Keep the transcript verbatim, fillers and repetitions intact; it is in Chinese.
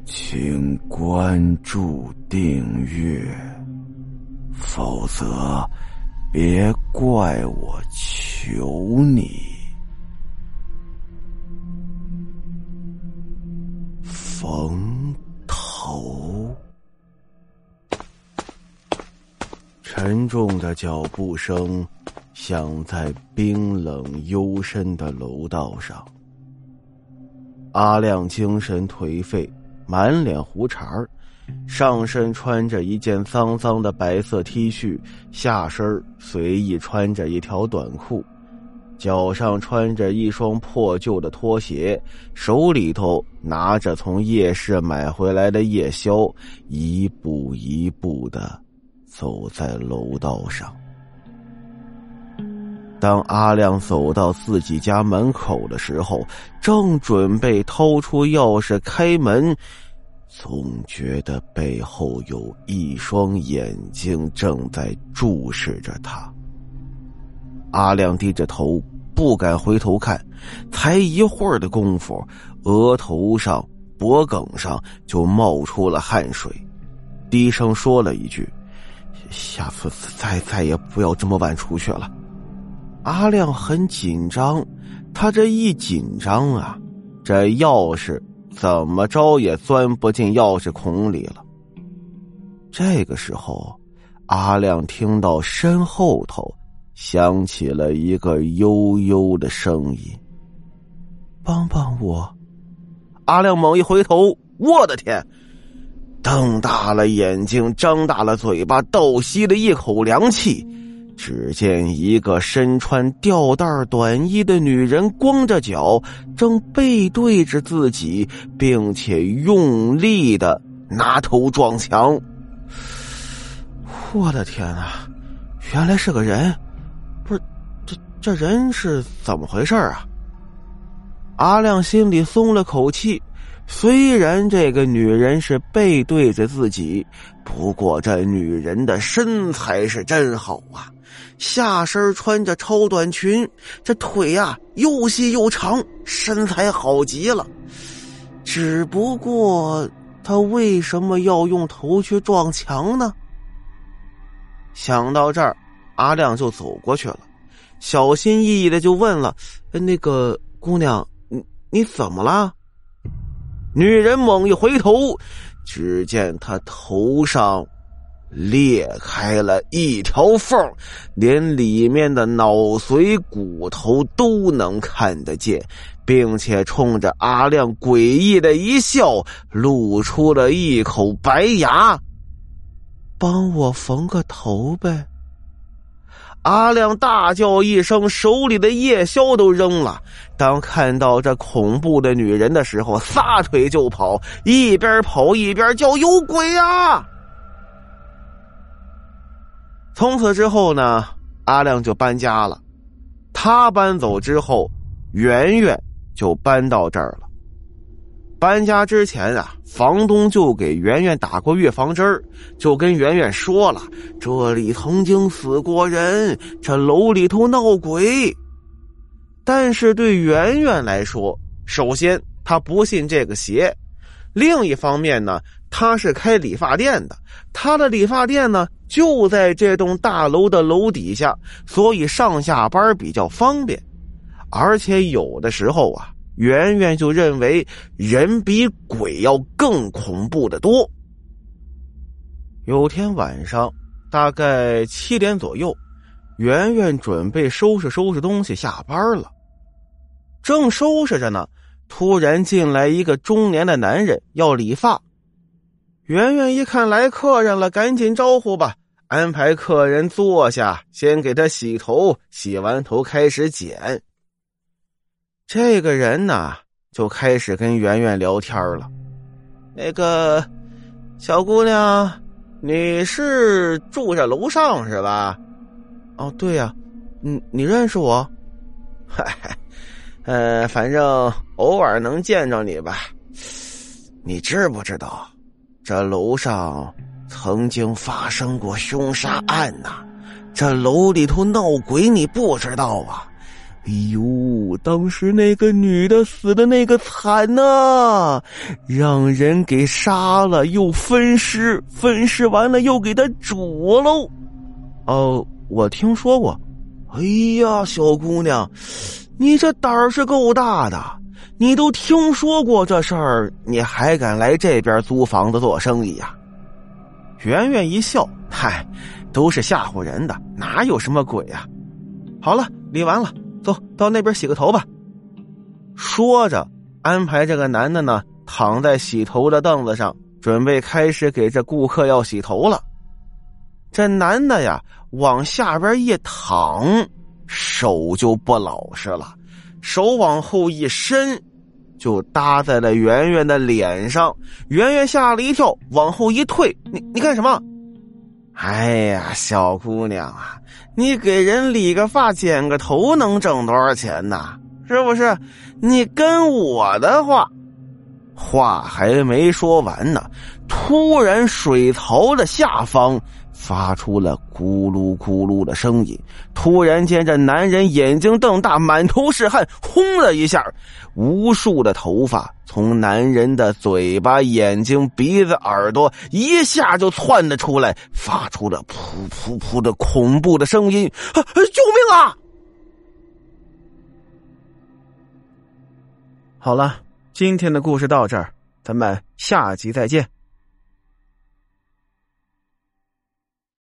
请关注订阅，否则别怪我求你。冯头。沉重的脚步声响在冰冷幽深的楼道上。阿亮精神颓废，满脸胡茬儿，上身穿着一件脏脏的白色 T 恤，下身随意穿着一条短裤，脚上穿着一双破旧的拖鞋，手里头拿着从夜市买回来的夜宵，一步一步地走在楼道上。当阿亮走到自己家门口的时候，正准备掏出钥匙开门，总觉得背后有一双眼睛正在注视着他。阿亮低着头不敢回头看，才一会儿的功夫，额头上脖颈上就冒出了汗水，低声说了一句：下次再再也不要这么晚出去了。阿亮很紧张，他这一紧张啊，这钥匙怎么着也钻不进钥匙孔里了。这个时候，阿亮听到身后头响起了一个悠悠的声音：帮帮我。阿亮猛一回头，我的天，瞪大了眼睛，张大了嘴巴，倒吸了一口凉气。只见一个身穿吊带短衣的女人光着脚，正背对着自己，并且用力的拿头撞墙。我的天啊，原来是个人！不是，这这人是怎么回事啊？阿亮心里松了口气，虽然这个女人是背对着自己，不过这女人的身材是真好啊，下身穿着超短裙，这腿啊又细又长，身材好极了。只不过她为什么要用头去撞墙呢？想到这儿，阿亮就走过去了，小心翼翼的就问了：那个姑娘，你你怎么了？女人猛一回头，只见她头上裂开了一条缝，连里面的脑髓骨头都能看得见，并且冲着阿亮诡异的一笑，露出了一口白牙：帮我缝个头呗。阿亮大叫一声，手里的夜宵都扔了。当看到这恐怖的女人的时候，撒腿就跑，一边跑一边叫：有鬼啊！从此之后呢，阿亮就搬家了。他搬走之后，圆圆就搬到这儿了。搬家之前啊，房东就给圆圆打过预防针，就跟圆圆说了，这里曾经死过人，这楼里头闹鬼。但是对圆圆来说，首先他不信这个邪，另一方面呢，他是开理发店的，他的理发店呢就在这栋大楼的楼底下，所以上下班比较方便。而且有的时候啊，圆圆就认为人比鬼要更恐怖的多。有天晚上大概七点左右，圆圆准备收拾收拾东西下班了。正收拾着呢，突然进来一个中年的男人要理发。圆圆一看来客人了，赶紧招呼吧，安排客人坐下，先给他洗头，洗完头开始剪。这个人呢就开始跟圆圆聊天了。那个小姑娘，你是住在楼上是吧？哦，对呀、啊，你你认识我？嗨，呃，反正偶尔能见着你吧。你知不知道，这楼上曾经发生过凶杀案呐、啊？这楼里头闹鬼，你不知道啊？ 哎呦，当时那个女的死的那个惨呐，让人给杀了又分尸，分尸完了又给她煮喽。哦，我听说过。哎呀，小姑娘，你这胆儿是够大的，你都听说过这事儿，你还敢来这边租房子做生意呀？圆圆一笑，嗨，都是吓唬人的，哪有什么鬼啊？好了，理完了，走到那边洗个头吧。说着安排这个男的呢躺在洗头的凳子上，准备开始给这顾客要洗头了。这男的呀往下边一躺，手就不老实了，手往后一伸就搭在了圆圆的脸上。圆圆吓了一跳，往后一退，你你干什么？哎呀，小姑娘啊，你给人理个发剪个头能挣多少钱呢？是不是？你跟我的话。话还没说完呢，突然水槽的下方发出了咕噜咕噜的声音。突然间这男人眼睛瞪大，满头是汗，轰的一下，无数的头发从男人的嘴巴、眼睛、鼻子、耳朵一下就窜了出来，发出了噗噗噗的恐怖的声音。啊，救命啊！好了，今天的故事到这儿，咱们下集再见。